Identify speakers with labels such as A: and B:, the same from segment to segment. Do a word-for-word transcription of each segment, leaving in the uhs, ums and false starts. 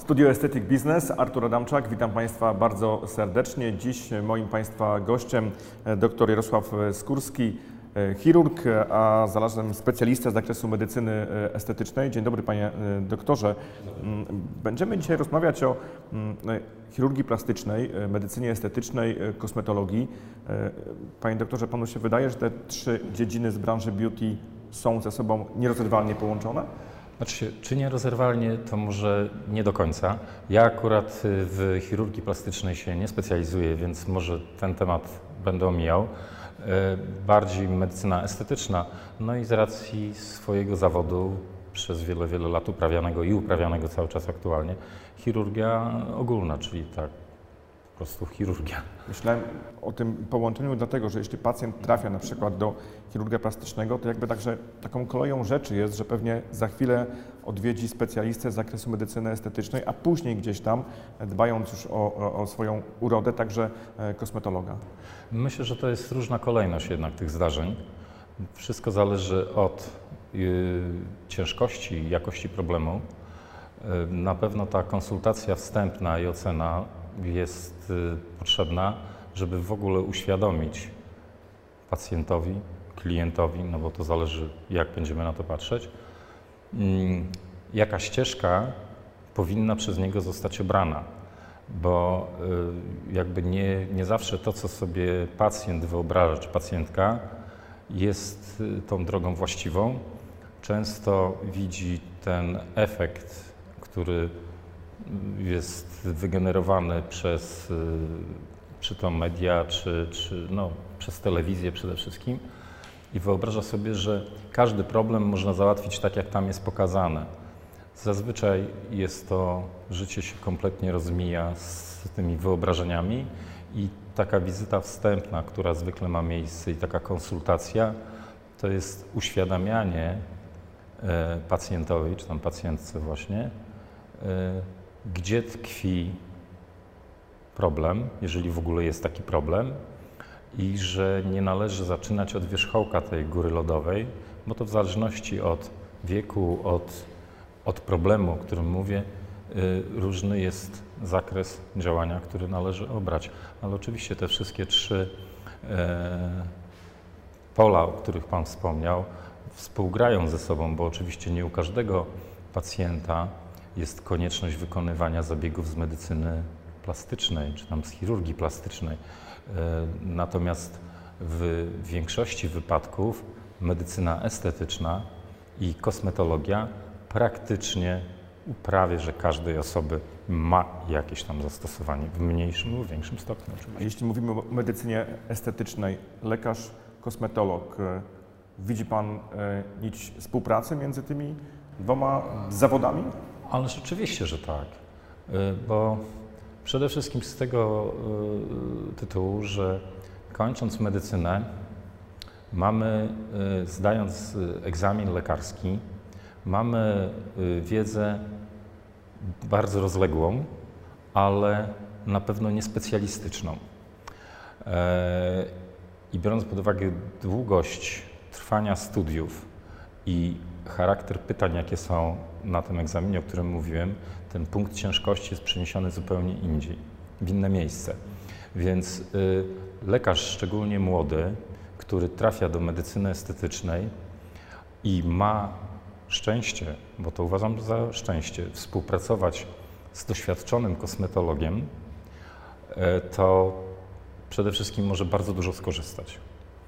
A: Studio Aesthetic Business, Artur Adamczak, witam Państwa bardzo serdecznie. Dziś moim Państwa gościem dr Jarosław Skórski, chirurg, a zarazem specjalista z zakresu medycyny estetycznej. Dzień dobry Panie doktorze. Będziemy dzisiaj rozmawiać o chirurgii plastycznej, medycynie estetycznej, kosmetologii. Panie doktorze, Panu się wydaje, że te trzy dziedziny z branży beauty są ze sobą nierozerwalnie połączone?
B: Znaczy, czy nierozerwalnie, to może nie do końca. Ja akurat w chirurgii plastycznej się nie specjalizuję, więc może ten temat będę omijał. Bardziej medycyna estetyczna, no i z racji swojego zawodu przez wiele, wiele lat uprawianego i uprawianego cały czas aktualnie, chirurgia ogólna, czyli tak po prostu chirurgia.
A: Myślałem o tym połączeniu dlatego, że jeśli pacjent trafia na przykład do chirurga plastycznego, to jakby także taką koleją rzeczy jest, że pewnie za chwilę odwiedzi specjalistę z zakresu medycyny estetycznej, a później gdzieś tam, dbając już o, o, o swoją urodę, także kosmetologa.
B: Myślę, że to jest różna kolejność jednak tych zdarzeń. Wszystko zależy od yy, ciężkości i jakości problemu. Yy, na pewno ta konsultacja wstępna i ocena jest yy, potrzebna, żeby w ogóle uświadomić pacjentowi, klientowi, no bo to zależy, jak będziemy na to patrzeć, yy, jaka ścieżka powinna przez niego zostać obrana. Bo y, jakby nie, nie zawsze to, co sobie pacjent wyobraża, czy pacjentka, jest y, tą drogą właściwą. Często widzi ten efekt, który jest wygenerowany przez, y, czy to media, czy, czy no, przez telewizję przede wszystkim i wyobraża sobie, że każdy problem można załatwić tak, jak tam jest pokazane. Zazwyczaj jest to, życie się kompletnie rozmija z tymi wyobrażeniami i taka wizyta wstępna, która zwykle ma miejsce i taka konsultacja, to jest uświadamianie e, pacjentowi, czy tam pacjentce właśnie, e, gdzie tkwi problem, jeżeli w ogóle jest taki problem i że nie należy zaczynać od wierzchołka tej góry lodowej, bo to w zależności od wieku, od Od problemu, o którym mówię, różny jest zakres działania, który należy obrać. Ale oczywiście te wszystkie trzy pola, o których Pan wspomniał, współgrają ze sobą, bo oczywiście nie u każdego pacjenta jest konieczność wykonywania zabiegów z medycyny plastycznej, czy tam z chirurgii plastycznej. Natomiast w większości wypadków medycyna estetyczna i kosmetologia praktycznie prawie, że każdej osoby ma jakieś tam zastosowanie w mniejszym lub większym stopniu. Oczywiście.
A: Jeśli mówimy o medycynie estetycznej, lekarz, kosmetolog, widzi Pan nić współpracy między tymi dwoma zawodami?
B: Ale rzeczywiście, że tak, bo przede wszystkim z tego tytułu, że kończąc medycynę mamy, zdając egzamin lekarski, mamy wiedzę bardzo rozległą, ale na pewno niespecjalistyczną. I biorąc pod uwagę długość trwania studiów i charakter pytań, jakie są na tym egzaminie, o którym mówiłem, ten punkt ciężkości jest przeniesiony zupełnie indziej, w inne miejsce. Więc lekarz, szczególnie młody, który trafia do medycyny estetycznej i ma szczęście, bo to uważam za szczęście, współpracować z doświadczonym kosmetologiem, to przede wszystkim może bardzo dużo skorzystać.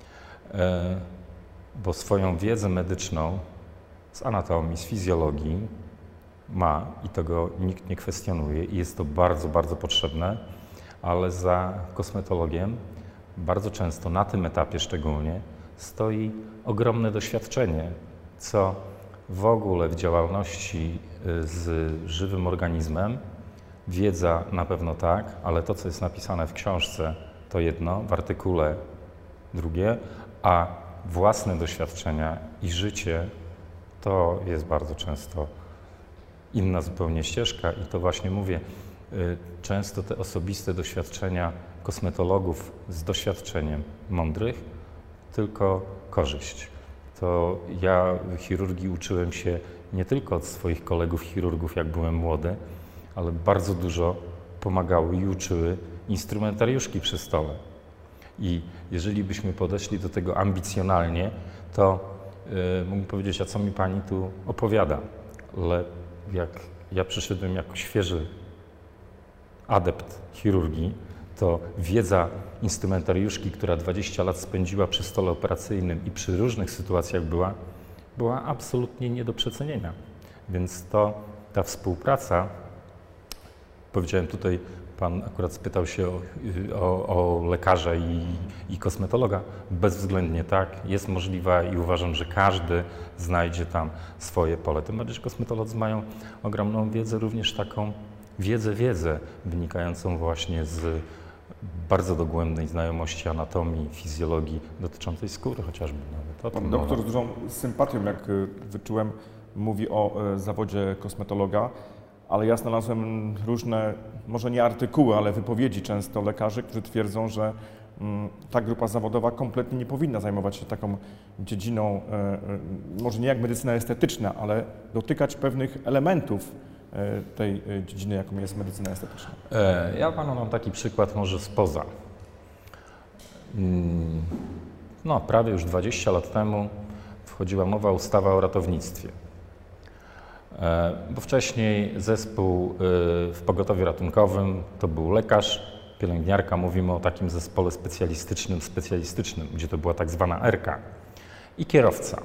B: Bo swoją wiedzę medyczną z anatomii, z fizjologii ma i tego nikt nie kwestionuje i jest to bardzo, bardzo potrzebne, ale za kosmetologiem bardzo często na tym etapie szczególnie stoi ogromne doświadczenie, co w ogóle w działalności z żywym organizmem, wiedza na pewno tak, ale to, co jest napisane w książce, to jedno, w artykule drugie, a własne doświadczenia i życie to jest bardzo często inna zupełnie ścieżka i to właśnie mówię, często te osobiste doświadczenia kosmetologów z doświadczeniem mądrych, tylko korzyść. To ja w chirurgii uczyłem się nie tylko od swoich kolegów chirurgów, jak byłem młody, ale bardzo dużo pomagały i uczyły instrumentariuszki przy stole. I jeżeli byśmy podeszli do tego ambicjonalnie, to yy, mógłbym powiedzieć, a co mi pani tu opowiada? Ale jak ja przyszedłem jako świeży adept chirurgii, to wiedza instrumentariuszki, która dwadzieścia lat spędziła przy stole operacyjnym i przy różnych sytuacjach była, była absolutnie nie do przecenienia. Więc to ta współpraca, powiedziałem tutaj, pan akurat spytał się o, o, o lekarza i, i kosmetologa, bezwzględnie tak, jest możliwa i uważam, że każdy znajdzie tam swoje pole. Tym bardziej, że kosmetolodzy mają ogromną wiedzę, również taką wiedzę, wiedzę wynikającą właśnie z bardzo dogłębnej znajomości anatomii, fizjologii dotyczącej skóry chociażby nawet. O
A: Pan doktor z dużą sympatią, jak wyczułem, mówi o zawodzie kosmetologa, ale ja znalazłem różne, może nie artykuły, ale wypowiedzi często lekarzy, którzy twierdzą, że ta grupa zawodowa kompletnie nie powinna zajmować się taką dziedziną, może nie jak medycyna estetyczna, ale dotykać pewnych elementów tej dziedziny, jaką jest medycyna estetyczna.
B: Ja panu mam taki przykład może spoza. No, prawie już dwadzieścia lat temu wchodziła nowa ustawa o ratownictwie. Bo wcześniej zespół w pogotowiu ratunkowym to był lekarz, pielęgniarka, mówimy o takim zespole specjalistycznym, specjalistycznym, gdzie to była tak zwana er ka, i kierowca.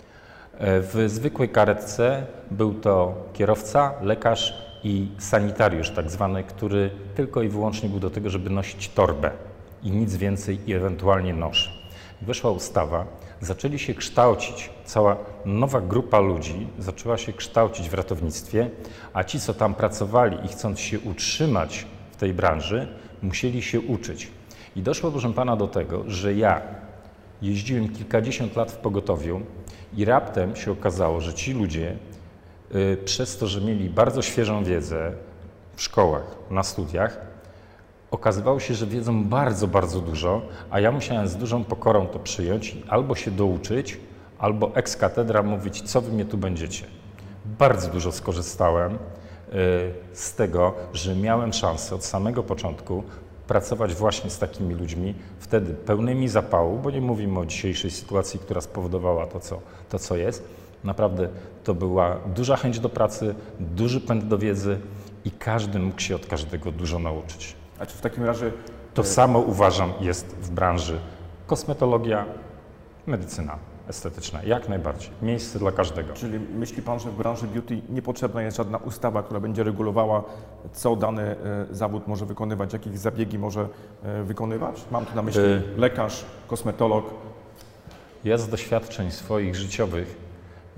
B: W zwykłej karetce był to kierowca, lekarz i sanitariusz tak zwany, który tylko i wyłącznie był do tego, żeby nosić torbę i nic więcej i ewentualnie nóż. Weszła ustawa, zaczęli się kształcić, cała nowa grupa ludzi zaczęła się kształcić w ratownictwie, a ci, co tam pracowali i chcąc się utrzymać w tej branży, musieli się uczyć. I doszło, proszę pana, do tego, że ja jeździłem kilkadziesiąt lat w pogotowiu i raptem się okazało, że ci ludzie y, przez to, że mieli bardzo świeżą wiedzę w szkołach, na studiach, okazywało się, że wiedzą bardzo, bardzo dużo, a ja musiałem z dużą pokorą to przyjąć i albo się douczyć, albo ex cathedra mówić, co wy mnie tu będziecie. Bardzo dużo skorzystałem y, z tego, że miałem szansę od samego początku pracować właśnie z takimi ludźmi, wtedy pełnymi zapału, bo nie mówimy o dzisiejszej sytuacji, która spowodowała to, co, to, co jest. Naprawdę to była duża chęć do pracy, duży pęd do wiedzy i każdy mógł się od każdego dużo nauczyć.
A: A czy w takim razie...
B: To samo uważam jest w branży kosmetologia, medycyna estetyczna, jak najbardziej. Miejsce dla każdego.
A: Czyli myśli pan, że w branży beauty niepotrzebna jest żadna ustawa, która będzie regulowała, co dany zawód może wykonywać, jakich zabiegi może wykonywać? Mam tu na myśli y lekarz, kosmetolog.
B: Ja z doświadczeń swoich życiowych yy,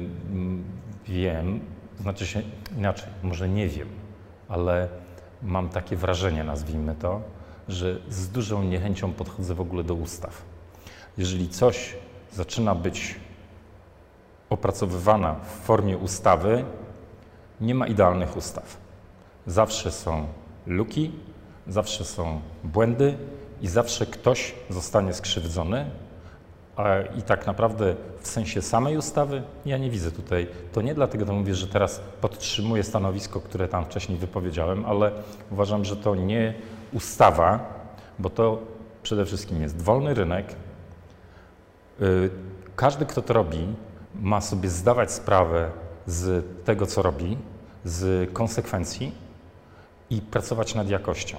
B: wiem, znaczy się inaczej, może nie wiem, ale mam takie wrażenie, nazwijmy to, że z dużą niechęcią podchodzę w ogóle do ustaw. Jeżeli coś zaczyna być opracowywana w formie ustawy, nie ma idealnych ustaw. Zawsze są luki, zawsze są błędy i zawsze ktoś zostanie skrzywdzony. A i tak naprawdę w sensie samej ustawy ja nie widzę tutaj, to nie dlatego to mówię, że teraz podtrzymuję stanowisko, które tam wcześniej wypowiedziałem, ale uważam, że to nie ustawa, bo to przede wszystkim jest wolny rynek. Każdy, kto to robi, ma sobie zdawać sprawę z tego, co robi, z konsekwencji i pracować nad jakością.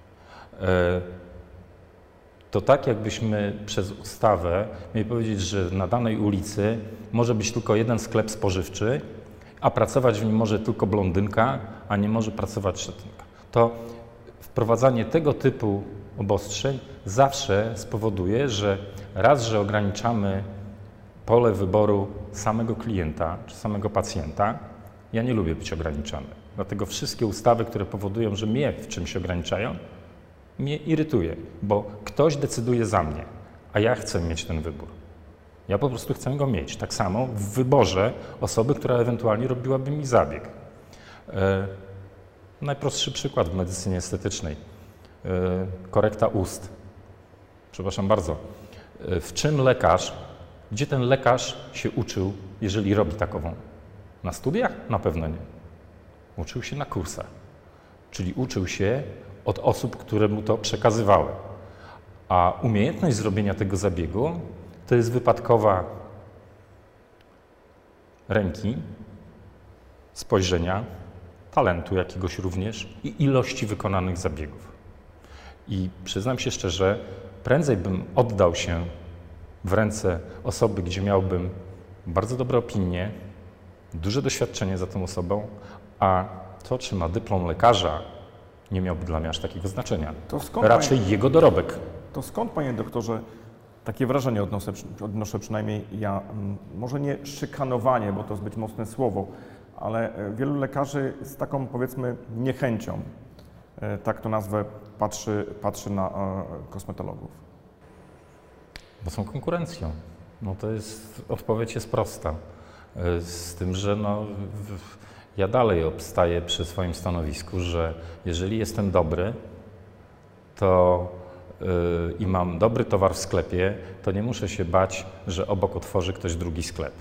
B: To tak, jakbyśmy przez ustawę mieli powiedzieć, że na danej ulicy może być tylko jeden sklep spożywczy, a pracować w nim może tylko blondynka, a nie może pracować szatynka. To wprowadzanie tego typu obostrzeń zawsze spowoduje, że raz, że ograniczamy pole wyboru samego klienta czy samego pacjenta, ja nie lubię być ograniczany. Dlatego wszystkie ustawy, które powodują, że mnie w czymś ograniczają, mnie irytuje, bo ktoś decyduje za mnie, a ja chcę mieć ten wybór. Ja po prostu chcę go mieć. Tak samo w wyborze osoby, która ewentualnie robiłaby mi zabieg. E, najprostszy przykład w medycynie estetycznej. E, korekta ust. Przepraszam bardzo. E, w czym lekarz, gdzie ten lekarz się uczył, jeżeli robi takową? Na studiach? Na pewno nie. Uczył się na kursach, czyli uczył się od osób, które mu to przekazywały. A umiejętność zrobienia tego zabiegu to jest wypadkowa ręki, spojrzenia, talentu jakiegoś również i ilości wykonanych zabiegów. I przyznam się szczerze, prędzej bym oddał się w ręce osoby, gdzie miałbym bardzo dobre opinie, duże doświadczenie za tą osobą, a to, czy ma dyplom lekarza, nie miałby dla mnie aż takiego znaczenia.
A: To skąd,
B: Raczej
A: panie,
B: jego dorobek.
A: to skąd, panie doktorze, takie wrażenie odnoszę, odnoszę przynajmniej ja, może nie szykanowanie, bo to zbyt mocne słowo, ale wielu lekarzy z taką, powiedzmy, niechęcią, tak to nazwę, patrzy, patrzy na kosmetologów?
B: Bo są konkurencją. No to jest, odpowiedź jest prosta. Z tym, że no, ja dalej obstaję przy swoim stanowisku, że jeżeli jestem dobry, to yy, i mam dobry towar w sklepie, to nie muszę się bać, że obok otworzy ktoś drugi sklep.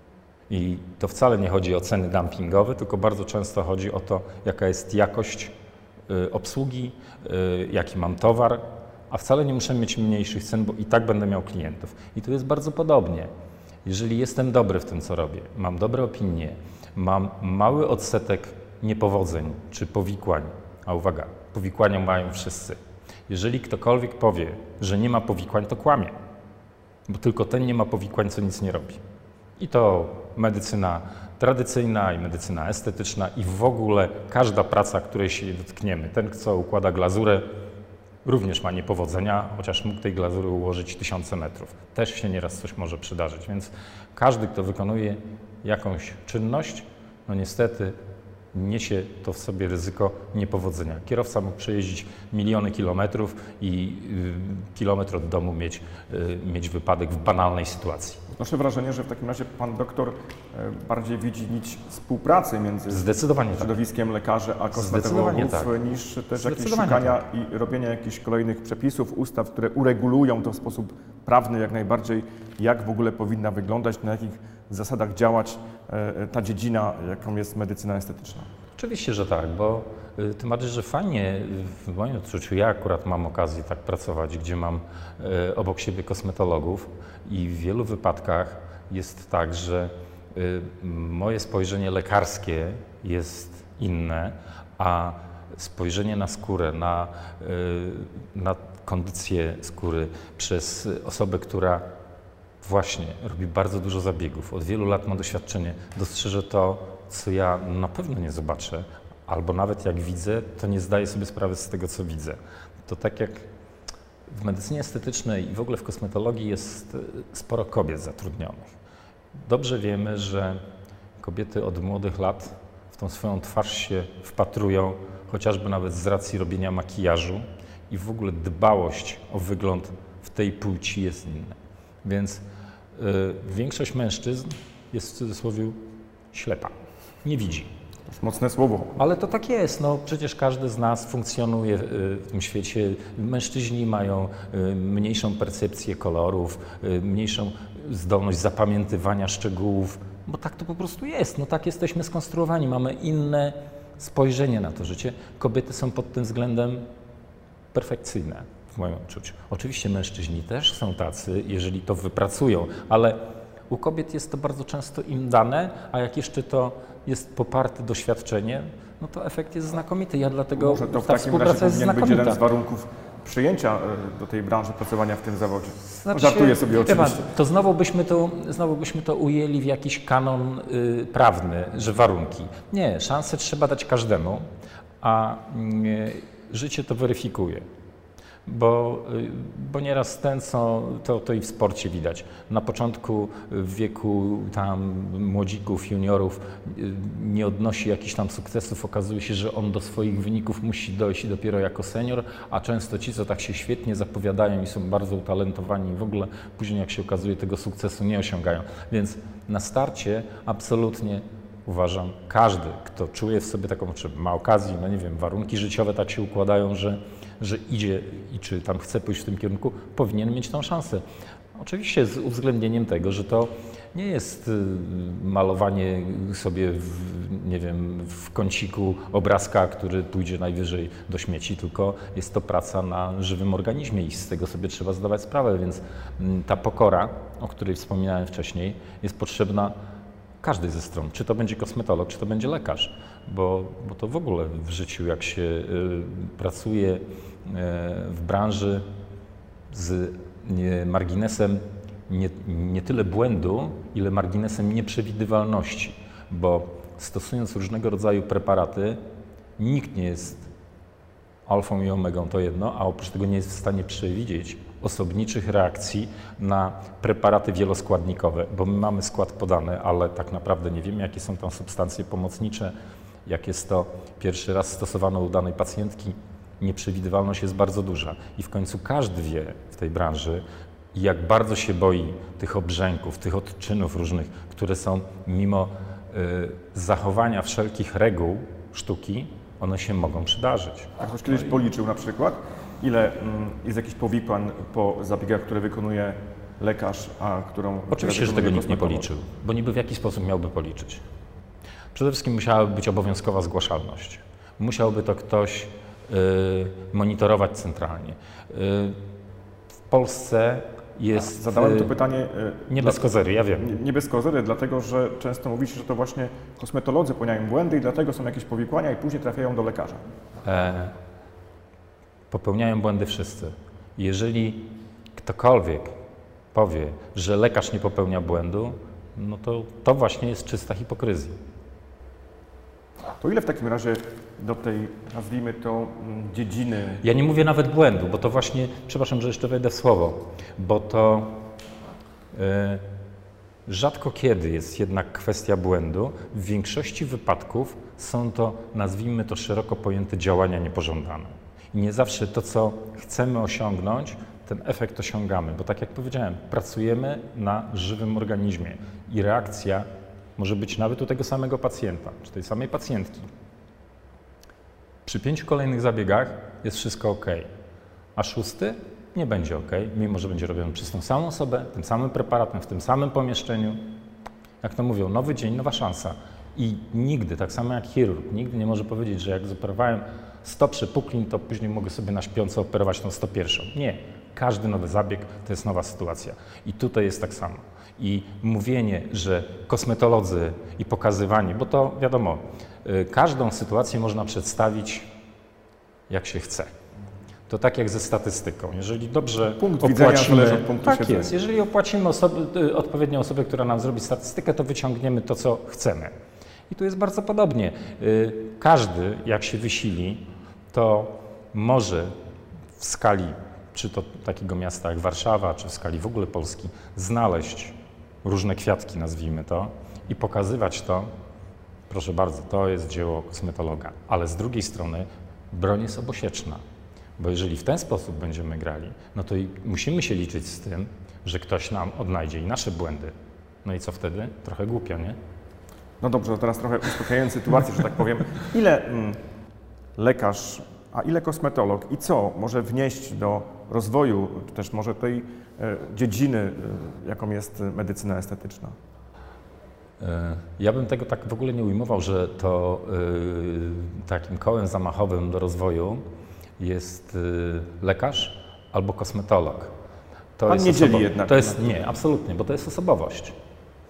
B: I to wcale nie chodzi o ceny dumpingowe, tylko bardzo często chodzi o to, jaka jest jakość yy, obsługi, yy, jaki mam towar, a wcale nie muszę mieć mniejszych cen, bo i tak będę miał klientów. I tu jest bardzo podobnie. Jeżeli jestem dobry w tym, co robię, mam dobre opinie, mam mały odsetek niepowodzeń czy powikłań, a uwaga, powikłania mają wszyscy. Jeżeli ktokolwiek powie, że nie ma powikłań, to kłamie, bo tylko ten nie ma powikłań, co nic nie robi. I to medycyna tradycyjna i medycyna estetyczna i w ogóle każda praca, której się dotkniemy. Ten, kto układa glazurę, również ma niepowodzenia, chociaż mógł tej glazury ułożyć tysiące metrów. Też się nieraz coś może przydarzyć, więc każdy, kto wykonuje jakąś czynność, no niestety niesie to w sobie ryzyko niepowodzenia. Kierowca mógł przejeździć miliony kilometrów i y, kilometr od domu mieć, y, mieć wypadek w banalnej sytuacji.
A: Odnoszę wrażenie, że w takim razie pan doktor y, bardziej widzi nić współpracy między
B: Zdecydowanie
A: środowiskiem tak. lekarzy a kosmetologów, tak. niż też jakieś szukania tak. i robienia jakichś kolejnych przepisów, ustaw, które uregulują to w sposób prawny jak najbardziej, jak w ogóle powinna wyglądać, na jakich zasadach działać y, ta dziedzina, jaką jest medycyna estetyczna.
B: Oczywiście, że tak, bo tym bardziej, że fajnie, w moim odczuciu, ja akurat mam okazję tak pracować, gdzie mam y, obok siebie kosmetologów i w wielu wypadkach jest tak, że y, moje spojrzenie lekarskie jest inne, a spojrzenie na skórę, na, y, na kondycję skóry przez osobę, która właśnie robi bardzo dużo zabiegów, od wielu lat ma doświadczenie, dostrzeże to, co ja na pewno nie zobaczę, albo nawet jak widzę, to nie zdaję sobie sprawy z tego, co widzę. To tak jak w medycynie estetycznej i w ogóle w kosmetologii jest sporo kobiet zatrudnionych. Dobrze wiemy, że kobiety od młodych lat w tą swoją twarz się wpatrują, chociażby nawet z racji robienia makijażu i w ogóle dbałość o wygląd w tej płci jest inna. Więc y, większość mężczyzn jest w cudzysłowie ślepa, nie widzi.
A: To jest mocne słowo.
B: Ale to tak jest, no przecież każdy z nas funkcjonuje w tym świecie. Mężczyźni mają mniejszą percepcję kolorów, mniejszą zdolność zapamiętywania szczegółów, bo tak to po prostu jest, no tak jesteśmy skonstruowani, mamy inne spojrzenie na to życie. Kobiety są pod tym względem perfekcyjne, w moim odczuciu. Oczywiście mężczyźni też są tacy, jeżeli to wypracują, ale u kobiet jest to bardzo często im dane, a jak jeszcze to jest poparte doświadczeniem, no to efekt jest znakomity. Ja dlatego
A: Może to w
B: ta
A: takim razie powinien
B: znakomita.
A: być jeden z warunków przyjęcia do tej branży, pracowania w tym zawodzie.
B: Znaczy,
A: Żartuję sobie oczywiście.
B: Pan, to znowu byśmy to, znowu byśmy to ujęli w jakiś kanon y, prawny, że warunki. Nie, szansę trzeba dać każdemu, a y, życie to weryfikuje. Bo, bo nieraz ten, co to, to i w sporcie widać. Na początku w wieku tam młodzików, juniorów nie odnosi jakichś tam sukcesów, okazuje się, że on do swoich wyników musi dojść dopiero jako senior, a często ci, co tak się świetnie zapowiadają i są bardzo utalentowani w ogóle, później jak się okazuje, tego sukcesu nie osiągają. Więc na starcie absolutnie uważam, każdy, kto czuje w sobie taką potrzebę, ma okazji, no nie wiem, warunki życiowe tak się układają, że że idzie i czy tam chce pójść w tym kierunku, powinien mieć tą szansę. Oczywiście z uwzględnieniem tego, że to nie jest malowanie sobie w, nie wiem, w kąciku obrazka, który pójdzie najwyżej do śmieci, tylko jest to praca na żywym organizmie i z tego sobie trzeba zdawać sprawę, więc ta pokora, o której wspominałem wcześniej, jest potrzebna każdej ze stron, czy to będzie kosmetolog, czy to będzie lekarz, bo, bo to w ogóle w życiu, jak się y, pracuje y, w branży z nie, marginesem nie, nie tyle błędu, ile marginesem nieprzewidywalności, bo stosując różnego rodzaju preparaty, nikt nie jest alfą i omegą, to jedno, a oprócz tego nie jest w stanie przewidzieć osobniczych reakcji na preparaty wieloskładnikowe, bo my mamy skład podany, ale tak naprawdę nie wiemy, jakie są tam substancje pomocnicze, jak jest to pierwszy raz stosowane u danej pacjentki. Nieprzewidywalność jest bardzo duża i w końcu każdy wie w tej branży, jak bardzo się boi tych obrzęków, tych odczynów różnych, które są mimo y, zachowania wszelkich reguł sztuki, one się mogą przydarzyć.
A: A ktoś kiedyś policzył na przykład, ile mm, jest jakichś powikłań po zabiegach, które wykonuje lekarz, a którą...
B: Oczywiście, że tego nikt nie policzył, bo niby w jaki sposób miałby policzyć. Przede wszystkim musiałaby być obowiązkowa zgłaszalność. Musiałby to ktoś y, monitorować centralnie. Y, w Polsce jest...
A: Zadałem to pytanie...
B: Y, nie bez kozery, ja wiem.
A: Nie, nie bez kozery, dlatego że często mówi się, że to właśnie kosmetolodzy popełniają błędy i dlatego są jakieś powikłania i później trafiają do lekarza.
B: E, popełniają błędy wszyscy. Jeżeli ktokolwiek powie, że lekarz nie popełnia błędu, no to to właśnie jest czysta hipokryzja.
A: To ile w takim razie do tej, nazwijmy to, dziedziny...
B: Ja nie mówię nawet błędu, bo to właśnie, przepraszam, że jeszcze wejdę w słowo, bo to y, rzadko kiedy jest jednak kwestia błędu. W większości wypadków są to, nazwijmy to szeroko pojęte, działania niepożądane. I nie zawsze to, co chcemy osiągnąć, ten efekt osiągamy, bo tak jak powiedziałem, pracujemy na żywym organizmie i reakcja może być nawet u tego samego pacjenta, czy tej samej pacjentki. Przy pięciu kolejnych zabiegach jest wszystko ok, a szósty nie będzie ok, mimo że będzie robiony przez tą samą osobę, tym samym preparatem, w tym samym pomieszczeniu. Jak to mówią, nowy dzień, nowa szansa. I nigdy, tak samo jak chirurg, nigdy nie może powiedzieć, że jak zoperowałem sto przepuklin, to później mogę sobie na śpiąco operować tą sto pierwszą. Nie. Każdy nowy zabieg to jest nowa sytuacja. I tutaj jest tak samo. I mówienie, że kosmetolodzy i pokazywanie, bo to wiadomo, y, każdą sytuację można przedstawić jak się chce. To tak jak ze statystyką. Jeżeli dobrze
A: Punkt
B: opłacimy,
A: widzenia od punktu
B: tak
A: siedzenia.
B: jest, jeżeli opłacimy osoby, y, odpowiednią osobę, która nam zrobi statystykę, to wyciągniemy to, co chcemy. I tu jest bardzo podobnie. Y, każdy, jak się wysili, to może w skali czy to takiego miasta jak Warszawa, czy w skali w ogóle Polski, znaleźć różne kwiatki, nazwijmy to, i pokazywać to, proszę bardzo, to jest dzieło kosmetologa. Ale z drugiej strony broń jest obosieczna, bo jeżeli w ten sposób będziemy grali, no to i musimy się liczyć z tym, że ktoś nam odnajdzie i nasze błędy. No i co wtedy? Trochę głupio, nie?
A: No dobrze, to teraz trochę uspokajając sytuację, że tak powiem. Ile mm, lekarz, a ile kosmetolog i co może wnieść do rozwoju, czy też może tej e, dziedziny, e, jaką jest medycyna estetyczna?
B: Ja bym tego tak w ogóle nie ujmował, że to y, takim kołem zamachowym do rozwoju jest y, lekarz albo kosmetolog. To
A: Pan
B: jest
A: nie dzieli
B: osobo-
A: jednak.
B: To jest, nie, absolutnie, bo to jest osobowość. Y,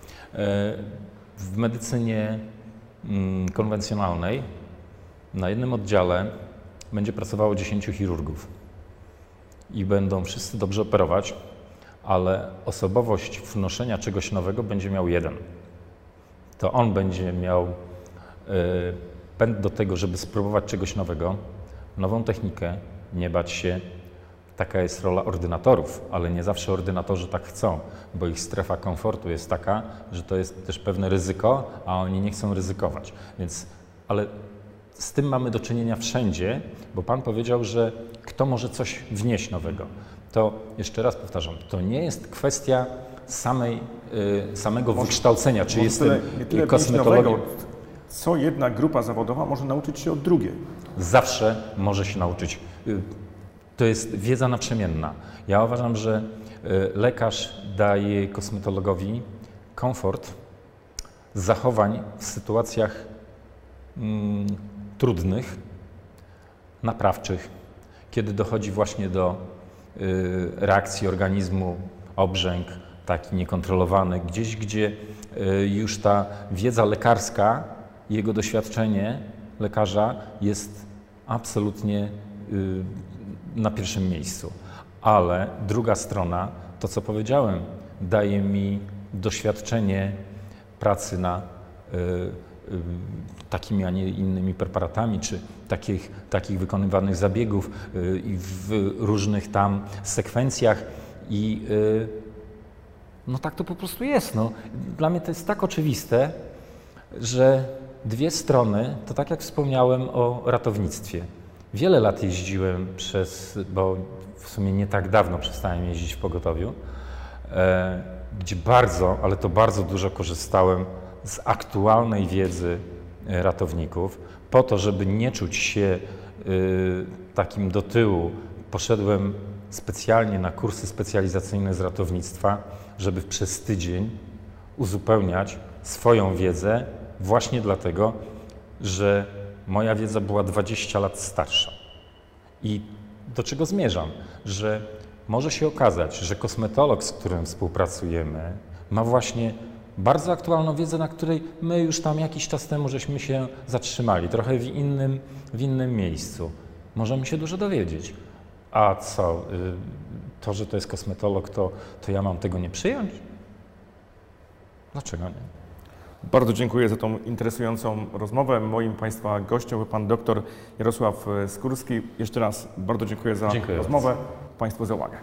B: w medycynie y, konwencjonalnej na jednym oddziale będzie pracowało dziesięciu chirurgów i będą wszyscy dobrze operować, ale osobowość wnoszenia czegoś nowego będzie miał jeden. To on będzie miał y, pęd do tego, żeby spróbować czegoś nowego, nową technikę, nie bać się. Taka jest rola ordynatorów, ale nie zawsze ordynatorzy tak chcą, bo ich strefa komfortu jest taka, że to jest też pewne ryzyko, a oni nie chcą ryzykować. Więc, ale z tym mamy do czynienia wszędzie, bo Pan powiedział, że kto może coś wnieść nowego. To jeszcze raz powtarzam, to nie jest kwestia samej, y, samego może, wykształcenia, czy
A: może
B: jestem
A: tyle, nie tyle
B: kosmetologiem.
A: nowego, co jedna grupa zawodowa może nauczyć się od drugiej.
B: Zawsze może się nauczyć. Y, to jest wiedza naprzemienna. Ja uważam, że y, lekarz daje kosmetologowi komfort zachowań w sytuacjach mm, trudnych, naprawczych, kiedy dochodzi właśnie do y, reakcji organizmu, obrzęk taki niekontrolowany, gdzieś gdzie y, już ta wiedza lekarska, jego doświadczenie lekarza jest absolutnie y, na pierwszym miejscu. Ale druga strona, to co powiedziałem, daje mi doświadczenie pracy na y, y, takimi, a nie innymi preparatami, czy takich, takich wykonywanych zabiegów y, i w różnych tam sekwencjach i y, no tak to po prostu jest. No. Dla mnie to jest tak oczywiste, że dwie strony, to tak jak wspomniałem o ratownictwie. Wiele lat jeździłem przez, bo w sumie nie tak dawno przestałem jeździć w pogotowiu, e, gdzie bardzo, ale to bardzo dużo korzystałem z aktualnej wiedzy ratowników, po to, żeby nie czuć się y, takim do tyłu. Poszedłem specjalnie na kursy specjalizacyjne z ratownictwa, żeby przez tydzień uzupełniać swoją wiedzę właśnie dlatego, że moja wiedza była dwadzieścia lat starsza. I do czego zmierzam? Że może się okazać, że kosmetolog, z którym współpracujemy, ma właśnie bardzo aktualną wiedzę, na której my już tam jakiś czas temu żeśmy się zatrzymali, trochę w innym, w innym miejscu. Możemy się dużo dowiedzieć. A co, to, że to jest kosmetolog, to, to ja mam tego nie przyjąć? Dlaczego nie?
A: Bardzo dziękuję za tą interesującą rozmowę. Moim Państwa gościem był Pan doktor Jarosław Skórski. Jeszcze raz bardzo dziękuję za
B: dziękuję
A: rozmowę,
B: bardzo.
A: Państwu za uwagę.